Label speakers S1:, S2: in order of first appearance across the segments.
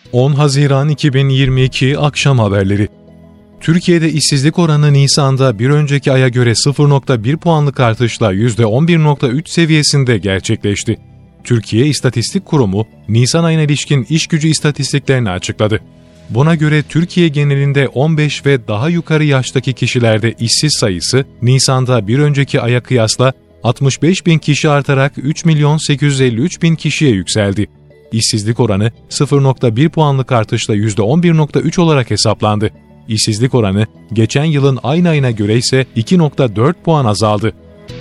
S1: 10 Haziran 2022 Akşam Haberleri. Türkiye'de işsizlik oranı Nisan'da bir önceki aya göre 0.1 puanlık artışla %11.3 seviyesinde gerçekleşti. Türkiye İstatistik Kurumu, Nisan ayına ilişkin iş gücü istatistiklerini açıkladı. Buna göre Türkiye genelinde 15 ve daha yukarı yaştaki kişilerde işsiz sayısı, Nisan'da bir önceki aya kıyasla 65 bin kişi artarak 3.853.000 kişiye yükseldi. İşsizlik oranı 0.1 puanlık artışla %11.3 olarak hesaplandı. İşsizlik oranı geçen yılın aynı ayına göre ise 2.4 puan azaldı.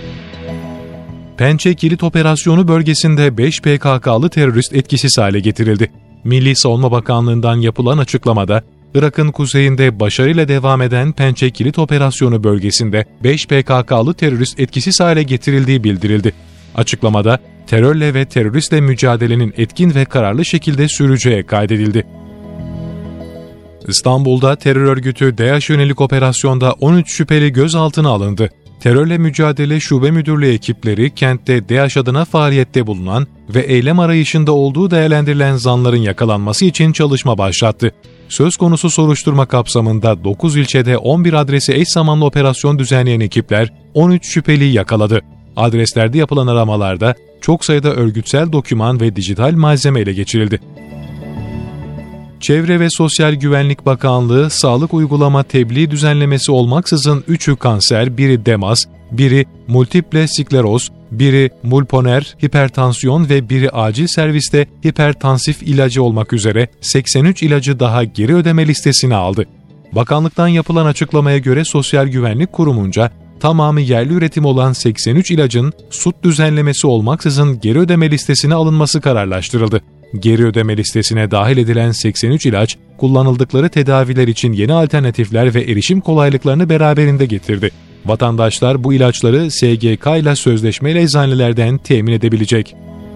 S1: Pençe Kilit Operasyonu bölgesinde 5 PKK'lı terörist etkisiz hale getirildi. Milli Savunma Bakanlığı'ndan yapılan açıklamada, Irak'ın kuzeyinde başarıyla devam eden Pençe Kilit Operasyonu bölgesinde 5 PKK'lı terörist etkisiz hale getirildiği bildirildi. Açıklamada, terörle ve teröristle mücadelenin etkin ve kararlı şekilde süreceği kaydedildi. İstanbul'da terör örgütü DAEŞ yönelik operasyonda 13 şüpheli gözaltına alındı. Terörle Mücadele Şube Müdürlüğü ekipleri kentte DAEŞ adına faaliyette bulunan ve eylem arayışında olduğu değerlendirilen zanların yakalanması için çalışma başlattı. Söz konusu soruşturma kapsamında 9 ilçede 11 adrese eş zamanlı operasyon düzenleyen ekipler 13 şüpheliyi yakaladı. Adreslerde yapılan aramalarda çok sayıda örgütsel doküman ve dijital malzeme ele geçirildi. Çevre ve Sosyal Güvenlik Bakanlığı, sağlık uygulama tebliğ düzenlemesi olmaksızın 3'ü kanser, biri DEMAS, biri multiple skleroz, biri pulmoner hipertansiyon ve biri acil serviste hipertansif ilacı olmak üzere 83 ilacı daha geri ödeme listesine aldı. Bakanlıktan yapılan açıklamaya göre Sosyal Güvenlik Kurumunca, tamamı yerli üretim olan 83 ilacın SUT düzenlemesi olmaksızın geri ödeme listesine alınması kararlaştırıldı. Geri ödeme listesine dahil edilen 83 ilaç, kullanıldıkları tedaviler için yeni alternatifler ve erişim kolaylıklarını beraberinde getirdi. Vatandaşlar bu ilaçları SGK ile sözleşmeli eczanelerden temin edebilecek.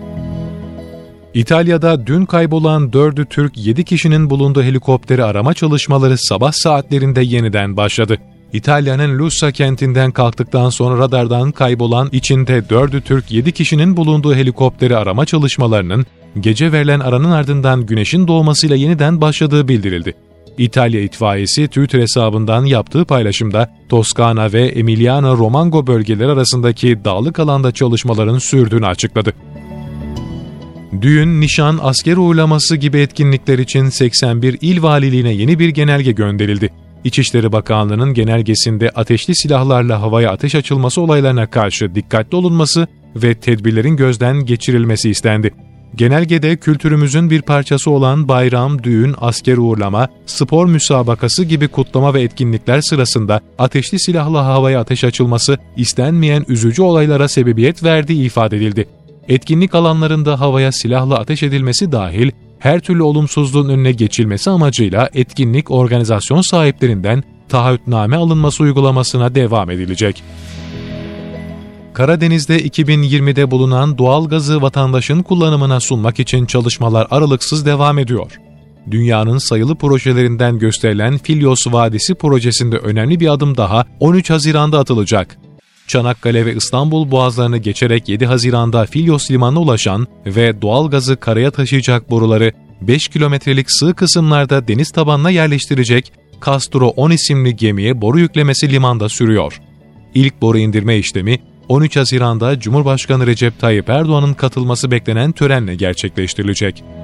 S1: İtalya'da dün kaybolan 4'ü Türk 7 kişinin bulunduğu helikopteri arama çalışmaları sabah saatlerinde yeniden başladı. İtalya'nın Lussa kentinden kalktıktan sonra radardan kaybolan içinde 4'ü Türk 7 kişinin bulunduğu helikopteri arama çalışmalarının gece verilen aranın ardından güneşin doğmasıyla yeniden başladığı bildirildi. İtalya itfaiyesi Twitter hesabından yaptığı paylaşımda Toskana ve Emiliano-Romango bölgeleri arasındaki dağlık alanda çalışmaların sürdüğünü açıkladı. Düğün, nişan, asker uğurlaması gibi etkinlikler için 81 il valiliğine yeni bir genelge gönderildi. İçişleri Bakanlığı'nın genelgesinde ateşli silahlarla havaya ateş açılması olaylarına karşı dikkatli olunması ve tedbirlerin gözden geçirilmesi istendi. Genelgede kültürümüzün bir parçası olan bayram, düğün, asker uğurlama, spor müsabakası gibi kutlama ve etkinlikler sırasında ateşli silahla havaya ateş açılması istenmeyen üzücü olaylara sebebiyet verdiği ifade edildi. Etkinlik alanlarında havaya silahla ateş edilmesi dahil her türlü olumsuzluğun önüne geçilmesi amacıyla etkinlik organizasyon sahiplerinden taahhütname alınması uygulamasına devam edilecek. Karadeniz'de 2020'de bulunan doğalgazı vatandaşın kullanımına sunmak için çalışmalar aralıksız devam ediyor. Dünyanın sayılı projelerinden gösterilen Filyos Vadisi projesinde önemli bir adım daha 13 Haziran'da atılacak. Çanakkale ve İstanbul boğazlarını geçerek 7 Haziran'da Filyos limanına ulaşan ve doğalgazı karaya taşıyacak boruları 5 kilometrelik sığ kısımlarda deniz tabanına yerleştirecek Castro 10 isimli gemiye boru yüklemesi limanda sürüyor. İlk boru indirme işlemi 13 Haziran'da Cumhurbaşkanı Recep Tayyip Erdoğan'ın katılması beklenen törenle gerçekleştirilecek.